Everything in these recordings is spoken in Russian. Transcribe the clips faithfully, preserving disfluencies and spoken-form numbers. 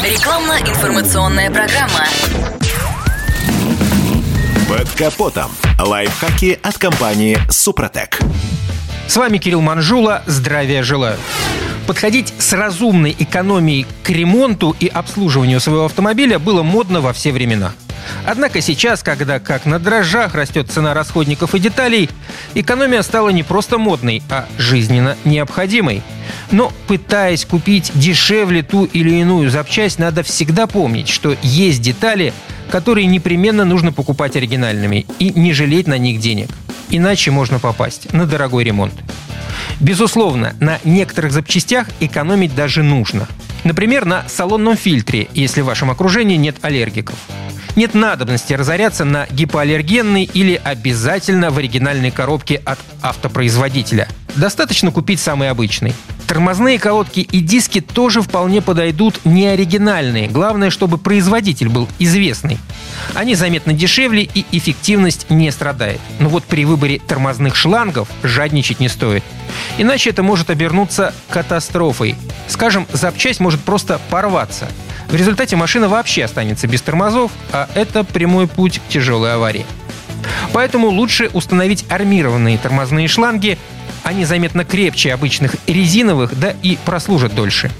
Рекламно-информационная программа. Под капотом. Лайфхаки от компании «Супротек». С вами Кирилл Манжула. Здравия желаю. Подходить с разумной экономией к ремонту и обслуживанию своего автомобиля было модно во все времена. Однако сейчас, когда как на дрожжах растет цена расходников и деталей, экономия стала не просто модной, а жизненно необходимой. Но пытаясь купить дешевле ту или иную запчасть, надо всегда помнить, что есть детали, которые непременно нужно покупать оригинальными и не жалеть на них денег. Иначе можно попасть на дорогой ремонт. Безусловно, на некоторых запчастях экономить даже нужно. Например, на салонном фильтре, если в вашем окружении нет аллергиков. Нет надобности разоряться на гипоаллергенный или обязательно в оригинальной коробке от автопроизводителя. Достаточно купить самый обычный. Тормозные колодки и диски тоже вполне подойдут неоригинальные. Главное, чтобы производитель был известный. Они заметно дешевле и эффективность не страдает. Но вот при выборе тормозных шлангов жадничать не стоит. Иначе это может обернуться катастрофой. Скажем, запчасть может просто порваться. В результате машина вообще останется без тормозов, а это прямой путь к тяжелой аварии. Поэтому лучше установить армированные тормозные шланги. Они заметно крепче обычных резиновых, да и прослужат дольше.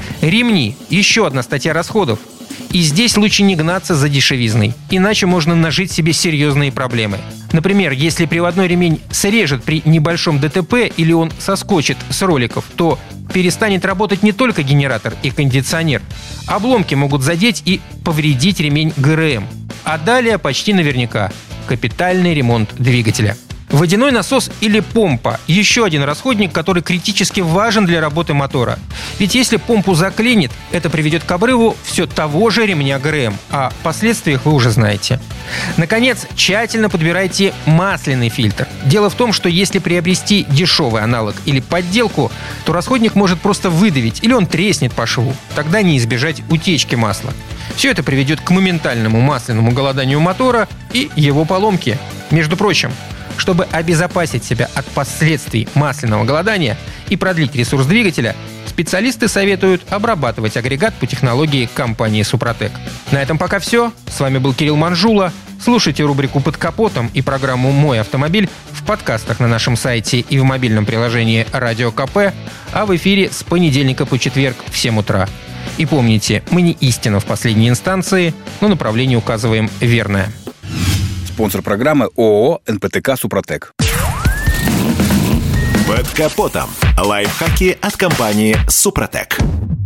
Ремни – еще одна статья расходов. И здесь лучше не гнаться за дешевизной, иначе можно нажить себе серьезные проблемы. Например, если приводной ремень срежет при небольшом ДТП или он соскочит с роликов, то перестанет работать не только генератор и кондиционер. Обломки могут задеть и повредить ремень ГРМ. А далее почти наверняка капитальный ремонт двигателя. Водяной насос или помпа – еще один расходник, который критически важен для работы мотора. Ведь если помпу заклинит, это приведет к обрыву все того же ремня ГРМ, а о последствиях вы уже знаете. Наконец, тщательно подбирайте масляный фильтр. Дело в том, что если приобрести дешевый аналог или подделку, то расходник может просто выдавить или он треснет по шву. Тогда не избежать утечки масла. Все это приведет к моментальному масляному голоданию мотора и его поломке. Между прочим, чтобы обезопасить себя от последствий масляного голодания и продлить ресурс двигателя, специалисты советуют обрабатывать агрегат по технологии компании «Супротек». На этом пока все. С вами был Кирилл Манжула. Слушайте рубрику «Под капотом» и программу «Мой автомобиль» в подкастах на нашем сайте и в мобильном приложении «Радио КП», а в эфире с понедельника по четверг в семь утра. И помните, мы не истина в последней инстанции, но направление указываем верное. Спонсор программы ООО «эн пэ тэ ка Супротек». Под капотом. Лайфхаки от компании «Супротек».